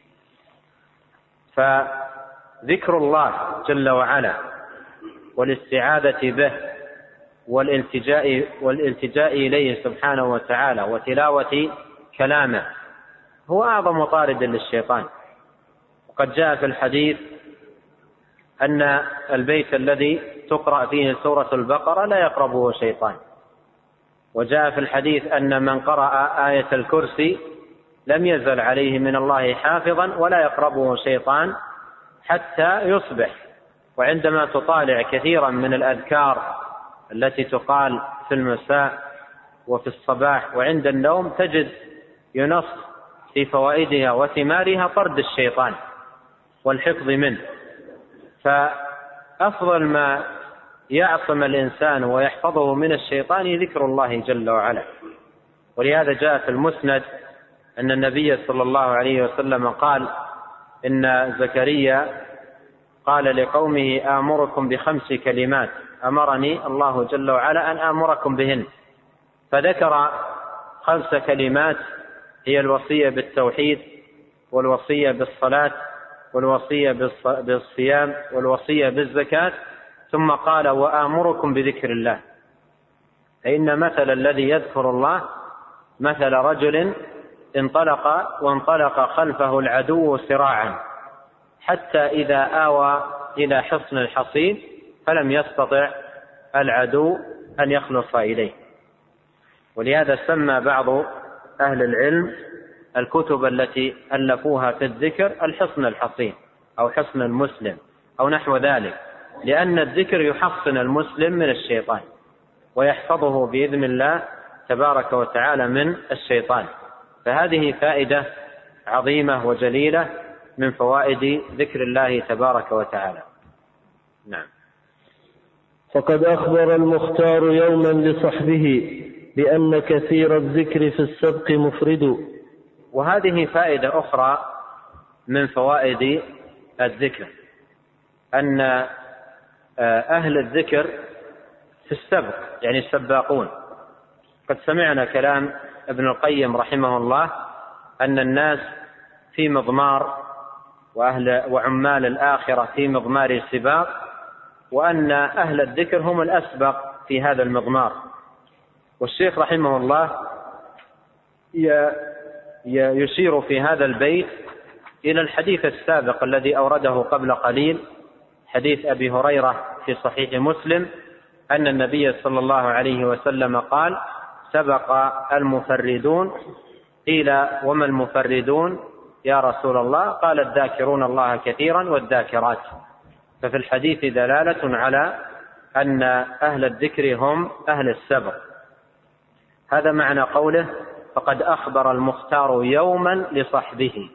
فذكر الله جل وعلا والاستعاذة به والالتجاء, والالتجاء إليه سبحانه وتعالى وتلاوة كلامه هو أعظم طارد للشيطان. وقد جاء في الحديث أن البيت الذي تقرأ فيه سورة البقرة لا يقربه شيطان. وجاء في الحديث أن من قرأ آية الكرسي لم يزل عليه من الله حافظا ولا يقربه شيطان حتى يصبح. وعندما تطالع كثيرا من الأذكار التي تقال في المساء وفي الصباح وعند النوم تجد ينص في فوائدها وثمارها طرد الشيطان والحفظ منه. فأفضل ما يعصم الإنسان ويحفظه من الشيطان ذكر الله جل وعلا. ولهذا جاء في المسند أن النبي صلى الله عليه وسلم قال: إن زكريا قال لقومه: آمركم بخمس كلمات أمرني الله جل وعلا أن آمركم بهن. فذكر خمس كلمات هي الوصية بالتوحيد، والوصية بالصلاة، والوصية بالصيام، والوصية بالزكاة، ثم قال: وآمركم بذكر الله. فإن مثل الذي يذكر الله مثل رجل انطلق وانطلق خلفه العدو سراعا حتى إذا آوى إلى حصن الحصين فلم يستطع العدو أن يخلص إليه. ولهذا سمى بعض أهل العلم الكتب التي ألفوها في الذكر الحصن الحصين أو حصن المسلم أو نحو ذلك، لأن الذكر يحصن المسلم من الشيطان ويحفظه بإذن الله تبارك وتعالى من الشيطان. فهذه فائدة عظيمة وجليلة من فوائد ذكر الله تبارك وتعالى. نعم. فقد أخبر المختار يوما لصحبه بأن كثير الذكر في السبق مفرد. وهذه فائدة أخرى من فوائد الذكر، أن أهل الذكر في السبق يعني السباقون. قد سمعنا كلام ابن القيم رحمه الله أن الناس في مضمار وأهل وعمال الآخرة في مضمار السباق، وأن أهل الذكر هم الأسبق في هذا المضمار. والشيخ رحمه الله يشير في هذا البيت إلى الحديث السابق الذي أورده قبل قليل، حديث أبي هريرة في صحيح مسلم أن النبي صلى الله عليه وسلم قال: سبق المفردون. قيل: وما المفردون يا رسول الله؟ قال: الذاكرون الله كثيرا والذاكرات. ففي الحديث دلالة على أن أهل الذكر هم أهل السبق. هذا معنى قوله: فقد أخبر المختار يوما لصحبه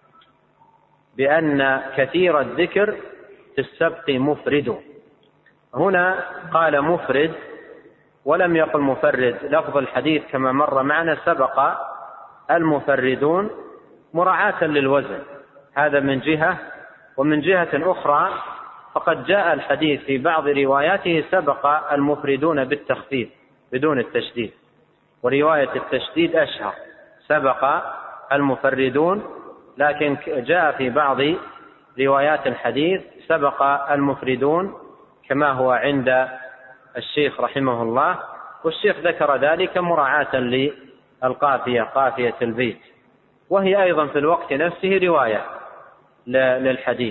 بأن كثير الذكر في السبق مفرد. هنا قال مفرد ولم يقل مفرد. لفظ الحديث كما مر معنا: سبق المفردون، مراعاة للوزن. هذا من جهة. ومن جهة أخرى فقد جاء الحديث في بعض رواياته: سبق المفردون بالتخفيف بدون التشديد، ورواية التشديد أشهر: سبق المفردون. لكن جاء في بعض روايات الحديث: سبق المفردون، كما هو عند الشيخ رحمه الله. والشيخ ذكر ذلك مراعاة للقافية، قافية البيت، وهي أيضا في الوقت نفسه رواية للحديث.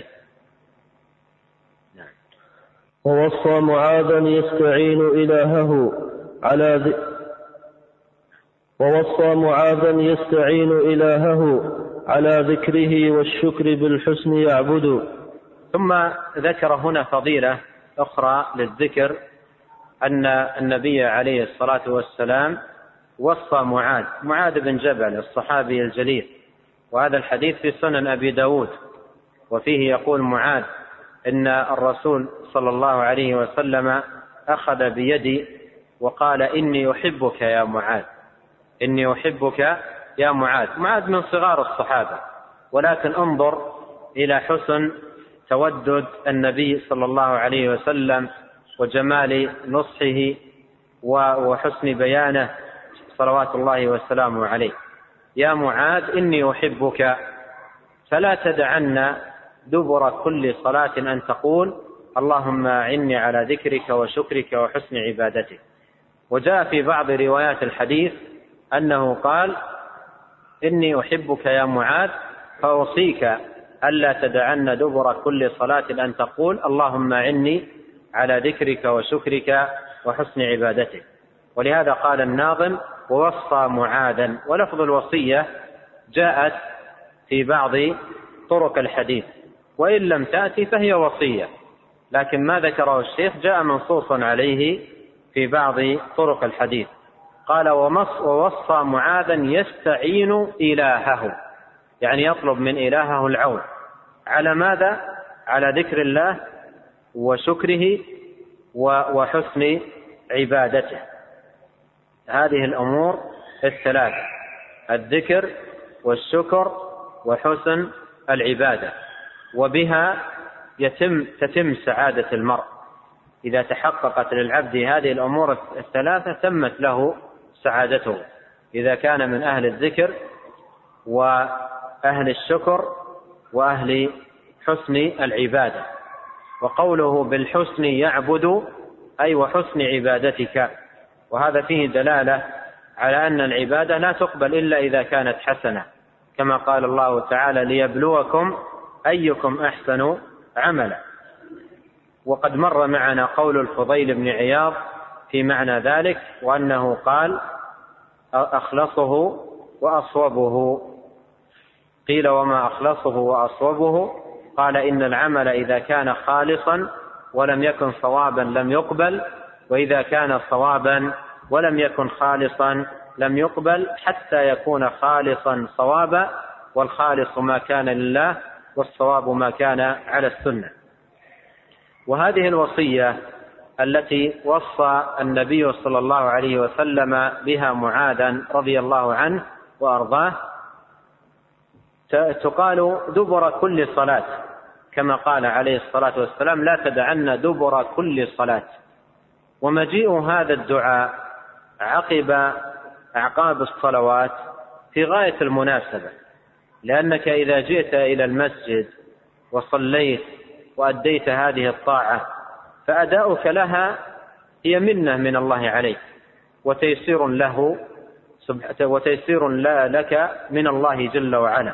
ووصى معاذا يستعين إلهه على ذ... ووصى معاذا يستعين إلهه على ذكره والشكر بالحسن يعبد. ثم ذكر هنا فضيلة أخرى للذكر، أن النبي عليه الصلاة والسلام وصى معاذ معاذ بن جبل الصحابي الجليل، وهذا الحديث في سنن أبي داود، وفيه يقول معاذ إن الرسول صلى الله عليه وسلم أخذ بيدي وقال: إني أحبك يا معاذ، إني أحبك يا معاذ. معاذ من صغار الصحابة، ولكن انظر إلى حسن تودد النبي صلى الله عليه وسلم وجمال نصحه وحسن بيانه صلوات الله وسلامه عليه: يا معاذ إني أحبك فلا تدعن دبر كل صلاة أن تقول: اللهم أعني على ذكرك وشكرك وحسن عبادتك. وجاء في بعض روايات الحديث أنه قال: إني أحبك يا معاذ فأوصيك ألا تدعن دبر كل صلاة أن تقول: اللهم أعني على ذكرك وشكرك وحسن عبادتك. ولهذا قال الناظم: ووصى معاذا. ولفظ الوصية جاءت في بعض طرق الحديث، وإن لم تأتي فهي وصية، لكن ما ذكره الشيخ جاء منصوص عليه في بعض طرق الحديث. قال: ووصى معاذا يستعين إلهه، يعني يطلب من إلهه العون على ماذا؟ على ذكر الله وشكره وحسن عبادته. هذه الأمور الثلاثة: الذكر والشكر وحسن العبادة، وبها يتم تتم سعادة المرء. إذا تحققت للعبد هذه الأمور الثلاثة تمت له سعادته، إذا كان من أهل الذكر وأهل الشكر وأهل حسن العبادة. وقوله بالحسن يعبد أي وحسن عبادتك، وهذا فيه دلالة على أن العبادة لا تقبل إلا إذا كانت حسنة، كما قال الله تعالى: ليبلوكم أيكم أحسن عملا. وقد مر معنا قول الفضيل بن عياض في معنى ذلك، وأنه قال: أخلصه وأصوبه. قيل: وما أخلصه وأصوبه؟ قال: إن العمل إذا كان خالصا ولم يكن صوابا لم يقبل، وإذا كان صوابا ولم يكن خالصا لم يقبل، حتى يكون خالصا صوابا، والخالص ما كان لله والصواب ما كان على السنة. وهذه الوصية التي وصى النبي صلى الله عليه وسلم بها معاذا رضي الله عنه وأرضاه، تقال دبر كل صلاة، كما قال عليه الصلاة والسلام: لا تدعن دبر كل صلاة. ومجيء هذا الدعاء عقب أعقاب الصلوات في غاية المناسبة، لأنك إذا جئت إلى المسجد وصليت وأديت هذه الطاعة فأداؤك لها هي منة من الله عليك، وتيسير له وتيسير لك من الله جل وعلا.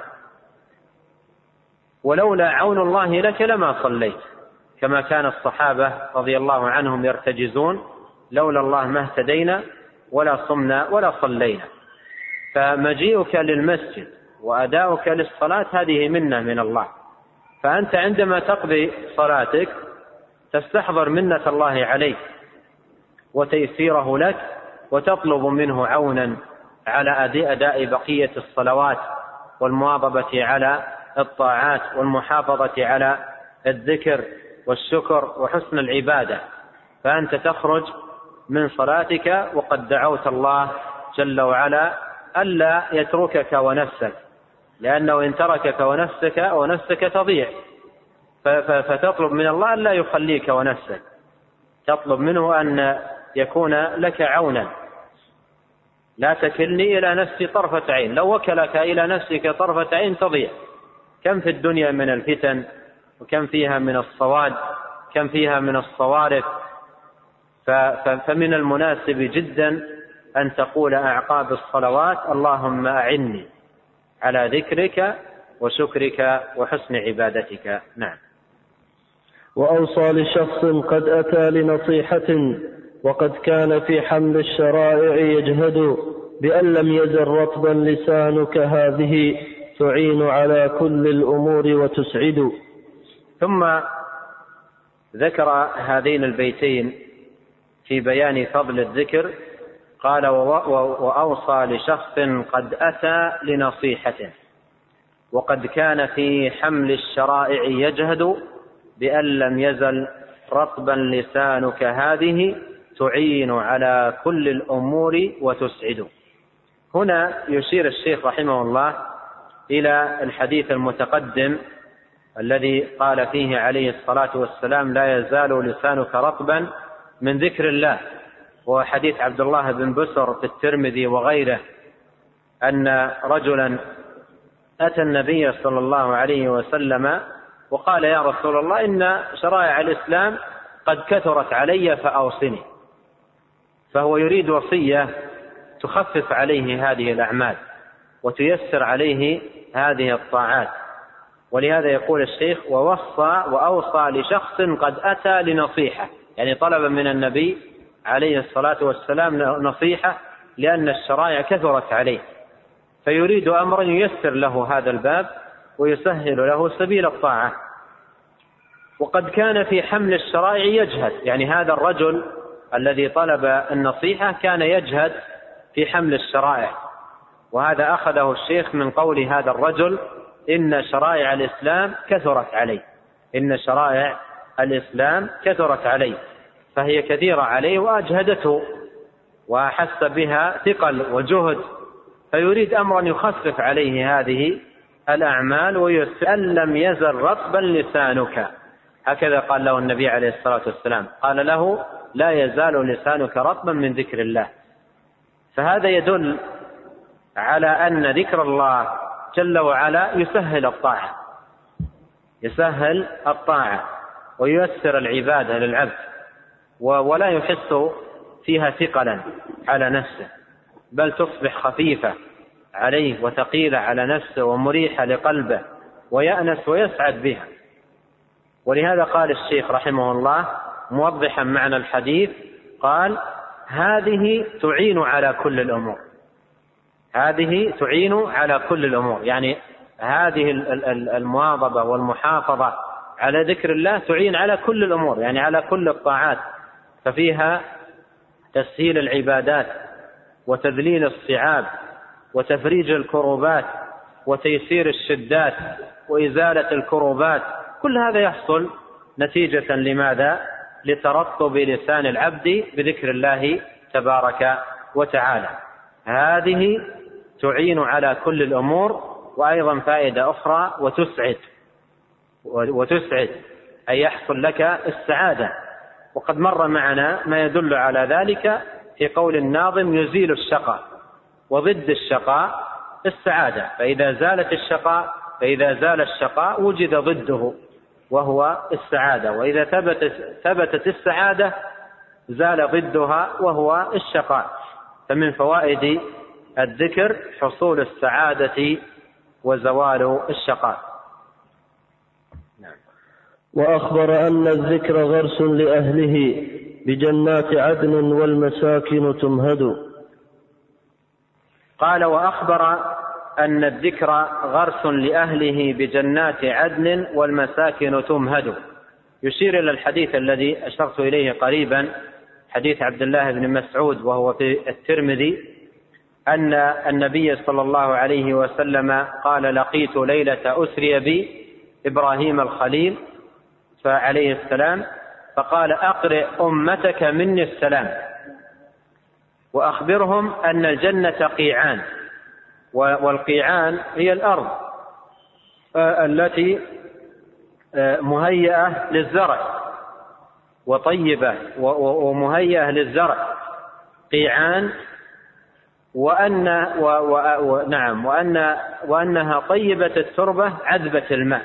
ولولا عون الله لك لما صليت، كما كان الصحابة رضي الله عنهم يرتجزون: لولا الله ما اهتدينا ولا صمنا ولا صلينا. فمجيئك للمسجد وأداؤك للصلاة هذه منة من الله، فأنت عندما تقضي صلاتك تستحضر منة الله عليك وتيسيره لك، وتطلب منه عونا على أداء بقية الصلوات والمواظبة على الطاعات والمحافظة على الذكر والشكر وحسن العبادة. فأنت تخرج من صلاتك وقد دعوت الله جل وعلا ألا يتركك ونفسك، لأنه إن تركك ونفسك ونفسك تضيع، فتطلب من الله ألا يخليك ونفسك، تطلب منه أن يكون لك عونا. لا تكلني إلى نفسي طرفة عين، لو وكلك إلى نفسك طرفة عين تضيع. كم في الدنيا من الفتن، وكم فيها من الصواد، كم فيها من الصوارف. فمن المناسب جدا أن تقول أعقاب الصلوات: اللهم أعني على ذكرك وشكرك وحسن عبادتك. نعم. وأوصى لشخص قد أتى لنصيحة وقد كان في حمل الشرائع يجهد بأن لم يزل رطبا لسانك هذه تعين على كل الأمور وتسعد. ثم ذكر هذين البيتين في بيان فضل الذكر، قال: وأوصى لشخص قد أتى لنصيحته وقد كان في حمل الشرائع يجهد بأن لم يزل رطبا لسانك هذه تعين على كل الأمور وتسعد. هنا يشير الشيخ رحمه الله إلى الحديث المتقدم الذي قال فيه عليه الصلاة والسلام: لا يزال لسانك رطبا من ذكر الله، وهو حديث عبد الله بن بسر في الترمذي وغيره، أن رجلا أتى النبي صلى الله عليه وسلم وقال: يا رسول الله، إن شرائع الإسلام قد كثرت علي فأوصني. فهو يريد وصية تخفف عليه هذه الأعمال وتيسر عليه هذه الطاعات. ولهذا يقول الشيخ: ووصى وأوصى لشخص قد أتى لنصيحة، يعني طلب من النبي عليه الصلاة والسلام نصيحة، لأن الشرائع كثرت عليه، فيريد أمرا ييسر له هذا الباب ويسهل له سبيل الطاعة. وقد كان في حمل الشرائع يجهد، يعني هذا الرجل الذي طلب النصيحة كان يجهد في حمل الشرائع، وهذا أخذه الشيخ من قول هذا الرجل: إن شرائع الإسلام كثرت عليه، إن شرائع الإسلام كثرت عليه، فهي كثيرة عليه وأجهدته وأحس بها ثقل وجهد، فيريد أمرا يخفف عليه هذه الأعمال ويسر. أن لم يزل رطبا لسانك، هكذا قال له النبي عليه الصلاة والسلام، قال له: لا يزال لسانك رطبا من ذكر الله. فهذا يدل على أن ذكر الله جل وعلا يسهل الطاعة، يسهل الطاعة وييسر العبادة للعبد، ولا يحس فيها ثقلا على نفسه، بل تصبح خفيفة عليه وثقيلة على نفسه ومريحة لقلبه ويأنس ويسعد بها. ولهذا قال الشيخ رحمه الله موضحا معنى الحديث، قال: هذه تعين على كل الأمور، هذه تعين على كل الأمور، يعني هذه المواظبة والمحافظة على ذكر الله تعين على كل الأمور، يعني على كل الطاعات، ففيها تسهيل العبادات وتذليل الصعاب وتفريج الكروبات وتيسير الشدات وإزالة الكروبات. كل هذا يحصل نتيجة لماذا؟ لترطب لسان العبد بذكر الله تبارك وتعالى. هذه تعين على كل الأمور. وأيضا فائدة أخرى، وتسعد وتسعد أي يحصل لك السعادة. وقد مر معنا ما يدل على ذلك في قول الناظم: يزيل الشقاء، وضد الشقاء السعادة، فإذا زالت الشقاء فإذا زال الشقاء وجد ضده وهو السعادة، وإذا ثبتت, ثبتت السعادة زال ضدها وهو الشقاء. فمن فوائد الذكر حصول السعادة وزوال الشقاء. نعم. وأخبر أن الذكر غرس لأهله بجنات عدن والمساكن تمهد. قال: وأخبر أن الذكر غرس لأهله بجنات عدن والمساكن تمهد. يشير إلى الحديث الذي أشرت إليه قريبا، حديث عبد الله بن مسعود وهو في الترمذي، أن النبي صلى الله عليه وسلم قال: لقيت ليلة أسري بي إبراهيم الخليل فعليه السلام، فقال: أقرئ أمتك مني السلام، وأخبرهم أن الجنة قيعان، والقيعان هي الأرض التي مهيئة للزرع وطيبة ومهيئة للزرع، قيعان، وأن و و نعم وأن وأنها طيبة التربة عذبة الماء.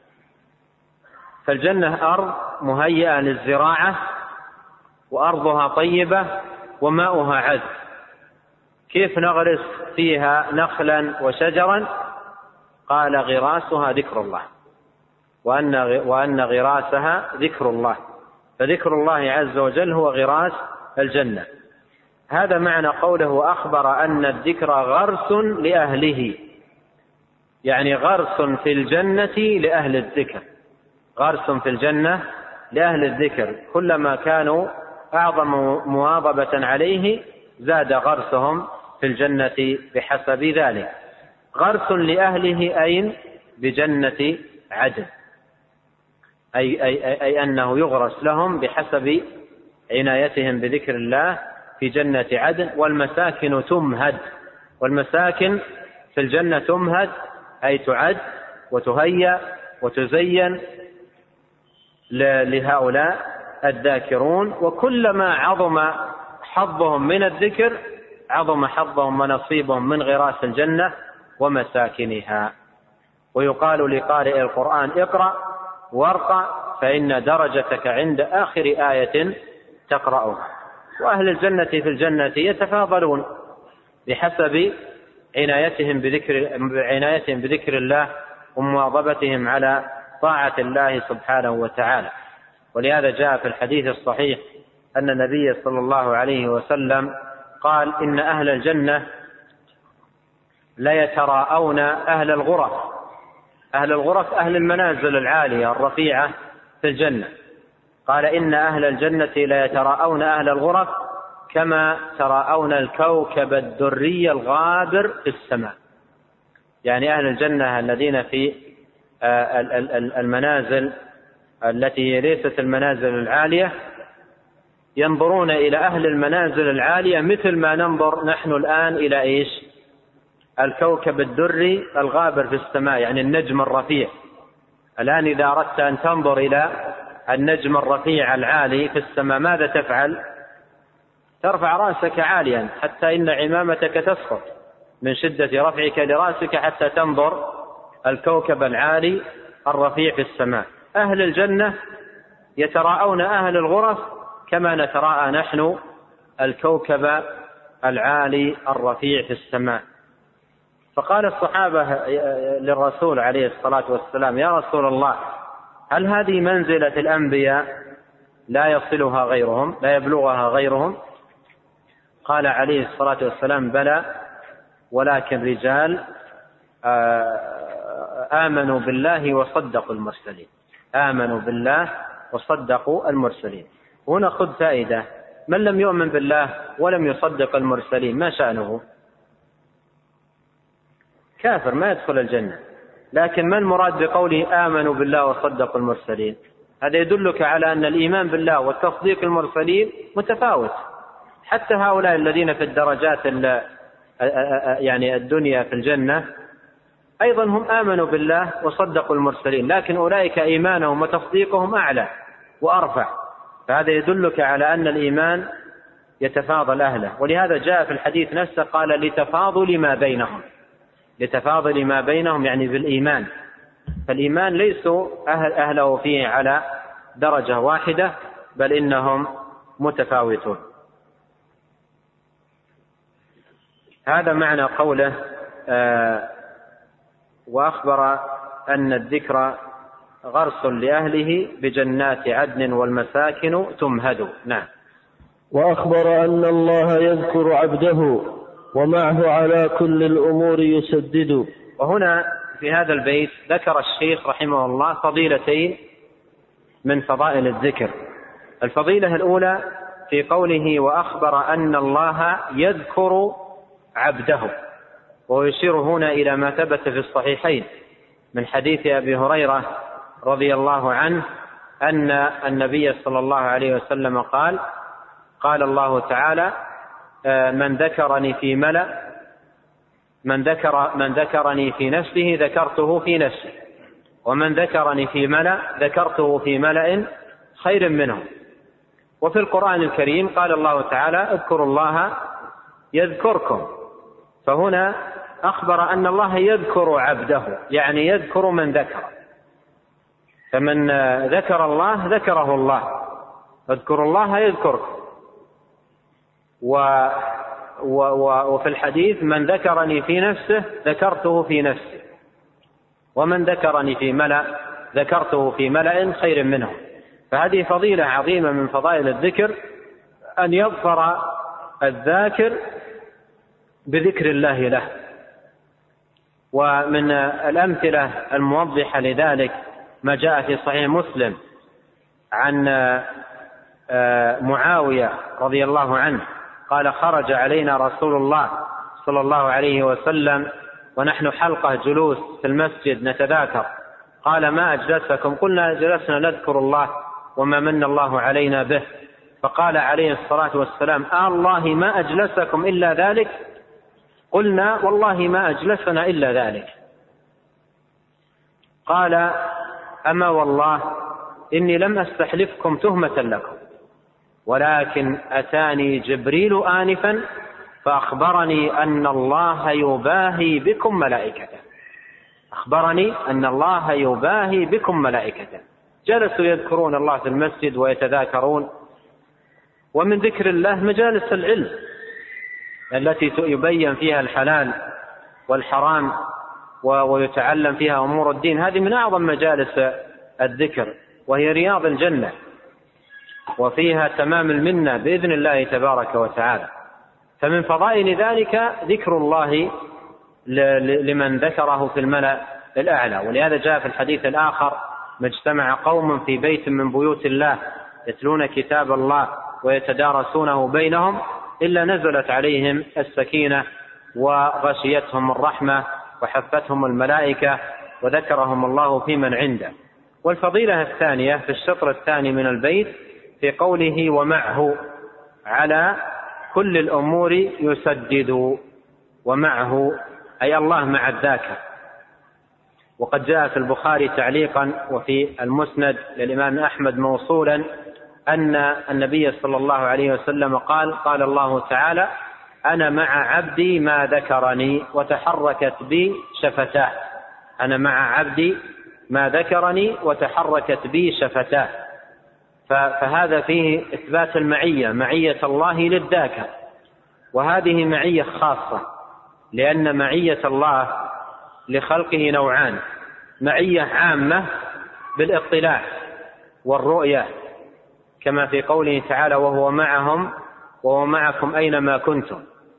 فالجنة أرض مهيئة للزراعة وأرضها طيبة وماؤها عذب. كيف نغرس فيها نخلا وشجرا؟ قال: غراسها ذكر الله، وأن وأن غراسها ذكر الله، فذكر الله عز وجل هو غراس الجنة. هذا معنى قوله: أخبر أن الذكر غرس لأهله، يعني غرس في الجنة لأهل الذكر، غرس في الجنة لأهل الذكر، كلما كانوا أعظم مواظبة عليه زاد غرسهم في الجنة بحسب ذلك. غرس لأهله أين؟ بجنة عدن، أي, أي, أي أنه يغرس لهم بحسب عنايتهم بذكر الله في جنة عدن. والمساكن تمهد، والمساكن في الجنة تمهد أي تعد وتهيأ وتزين لهؤلاء الذاكرون. وكلما عظم حظهم من الذكر عظم حظهم ونصيبهم من غراس الجنة ومساكنها. ويقال لقارئ القرآن: اقرأ وارقى فإن درجتك عند آخر آية تقرأها. وأهل الجنة في الجنة يتفاضلون بحسب عنايتهم بذكر, عنايتهم بذكر الله ومواظبتهم على طاعة الله سبحانه وتعالى. ولهذا جاء في الحديث الصحيح أن النبي صلى الله عليه وسلم قال: إن أهل الجنة لا يتراءون أهل الغرف. أهل الغرف أهل المنازل العالية الرفيعة في الجنة. قال: إن أهل الجنة لا يتراءون أهل الغرف كما تراءون الكوكب الدري الغابر في السماء. يعني أهل الجنة الذين في المنازل التي ليست المنازل العالية ينظرون إلى أهل المنازل العالية مثل ما ننظر نحن الآن إلى إيش؟ الكوكب الدري الغابر في السماء، يعني النجم الرفيع. الآن إذا أردت أن تنظر إلى النجم الرفيع العالي في السماء ماذا تفعل؟ ترفع رأسك عاليا حتى إن عمامتك تسقط من شدة رفعك لرأسك حتى تنظر الكوكب العالي الرفيع في السماء. أهل الجنة يتراءون أهل الغرف كما نتراءى نحن الكوكب العالي الرفيع في السماء. فقال الصحابة للرسول عليه الصلاة والسلام: يا رسول الله، هل هذه منزلة الأنبياء لا يصلها غيرهم، لا يبلغها غيرهم؟ قال عليه الصلاة والسلام: بلى، ولكن رجال آمنوا بالله وصدقوا المرسلين، آمنوا بالله وصدقوا المرسلين. هنا خذ فائدة: من لم يؤمن بالله ولم يصدق المرسلين ما شأنه؟ كافر ما يدخل الجنة. لكن ما المراد بقوله آمنوا بالله وصدقوا المرسلين؟ هذا يدلك على أن الإيمان بالله والتصديق المرسلين متفاوت. حتى هؤلاء الذين في الدرجات يعني الدنيا في الجنة أيضا هم آمنوا بالله وصدقوا المرسلين، لكن أولئك إيمانهم وتصديقهم أعلى وأرفع. فهذا يدلك على أن الإيمان يتفاضل أهله. ولهذا جاء في الحديث نفسه قال لتفاضل ما بينهم، لتفاضل ما بينهم يعني بالإيمان. فالإيمان ليسوا أهل أهله فيه على درجة واحدة، بل إنهم متفاوتون. هذا معنى قوله آه وأخبر أن الذكر غرس لأهله بجنات عدن والمساكن تمهد. نعم. وأخبر أن الله يذكر عبده ومعه على كل الأمور يسدد. وهنا في هذا البيت ذكر الشيخ رحمه الله فضيلتين من فضائل الذكر. الفضيلة الأولى في قوله وأخبر أن الله يذكر عبده، ويشير هنا إلى ما ثبت في الصحيحين من حديث أبي هريرة رضي الله عنه أن النبي صلى الله عليه وسلم قال قال الله تعالى من ذكرني في ملأ من ذكر من ذكرني في نفسه ذكرته في نفسه، ومن ذكرني في ملأ ذكرته في ملأ خير منه. وفي القرآن الكريم قال الله تعالى اذكروا الله يذكركم. فهنا أخبر أن الله يذكر عبده، يعني يذكر من ذكر. فمن ذكر الله ذكره الله، اذكروا الله يذكركم. و وفي الحديث من ذكرني في نفسه ذكرته في نفسه، ومن ذكرني في ملأ ذكرته في ملأ خير منه. فهذه فضيلة عظيمة من فضائل الذكر، أن يظفر الذاكر بذكر الله له. ومن الأمثلة الموضحة لذلك ما جاء في صحيح مسلم عن معاوية رضي الله عنه قال خرج علينا رسول الله صلى الله عليه وسلم ونحن حلقة جلوس في المسجد نتذاكر، قال ما أجلسكم؟ قلنا جلسنا نذكر الله وما من الله علينا به. فقال عليه الصلاة والسلام آه الله ما أجلسكم إلا ذلك؟ قلنا والله ما أجلسنا إلا ذلك. قال أما والله إني لم أستحلفكم تهمة لكم، ولكن أتاني جبريل آنفا فأخبرني أن الله يباهي بكم ملائكته، أخبرني أن الله يباهي بكم ملائكته. جلسوا يذكرون الله في المسجد ويتذاكرون. ومن ذكر الله مجالس العلم التي يبين فيها الحلال والحرام ويتعلم فيها أمور الدين، هذه من أعظم مجالس الذكر، وهي رياض الجنة، وفيها تمام المنة بإذن الله تبارك وتعالى. فمن فضائل ذلك ذكر الله لمن ذكره في الملأ الأعلى. ولهذا جاء في الحديث الآخر ما اجتمع قوم في بيت من بيوت الله يتلون كتاب الله ويتدارسونه بينهم إلا نزلت عليهم السكينة وغشيتهم الرحمة وحفتهم الملائكة وذكرهم الله في من عنده. والفضيلة الثانية في الشطر الثاني من البيت في قوله ومعه على كل الأمور يسدد. ومعه أي الله مع الذاكر. وقد جاء في البخاري تعليقا وفي المسند للإمام أحمد موصولا أن النبي صلى الله عليه وسلم قال قال الله تعالى أنا مع عبدي ما ذكرني وتحركت بي شفتاه. أنا مع عبدي ما ذكرني وتحركت بي شفتاه. فهذا فيه إثبات المعية، معية الله للذاكر، وهذه معية خاصة، لأن معية الله لخلقه نوعان: معية عامة بالاطلاع والرؤية كما في قوله تعالى وهو معهم وهو معكم أينما كنتم،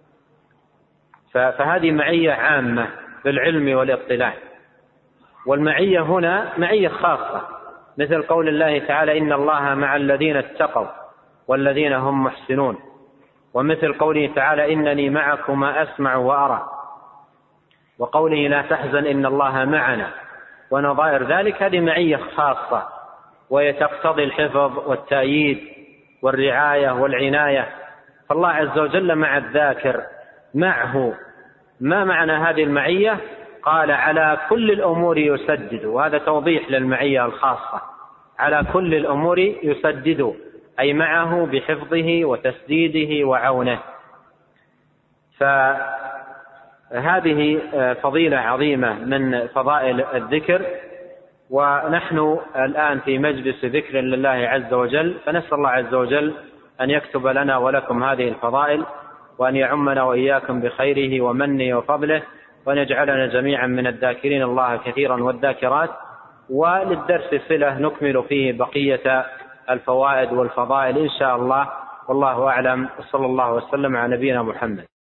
فهذه معية عامة بالعلم والاطلاع. والمعية هنا معية خاصة مثل قول الله تعالى إن الله مع الذين اتقوا والذين هم محسنون، ومثل قوله تعالى إنني معكما أسمع وأرى، وقوله لا تحزن إن الله معنا، ونظائر ذلك. هذه معية خاصة وتقتضي الحفظ والتأييد والرعاية والعناية. فالله عز وجل مع الذاكر معه. ما معنى هذه المعية؟ قال على كل الأمور يسدد، وهذا توضيح للمعية الخاصة. على كل الأمور يسدد أي معه بحفظه وتسديده وعونه. فهذه فضيلة عظيمة من فضائل الذكر، ونحن الآن في مجلس ذكر لله عز وجل، فنسأل الله عز وجل أن يكتب لنا ولكم هذه الفضائل، وأن يعمنا وإياكم بخيره ومنه وفضله، وأن يجعلنا جميعا من الذاكرين الله كثيرا والذاكرات. وللدرس صلة نكمل فيه بقية الفوائد والفضائل إن شاء الله، والله أعلم، وصلى الله وسلم على نبينا محمد.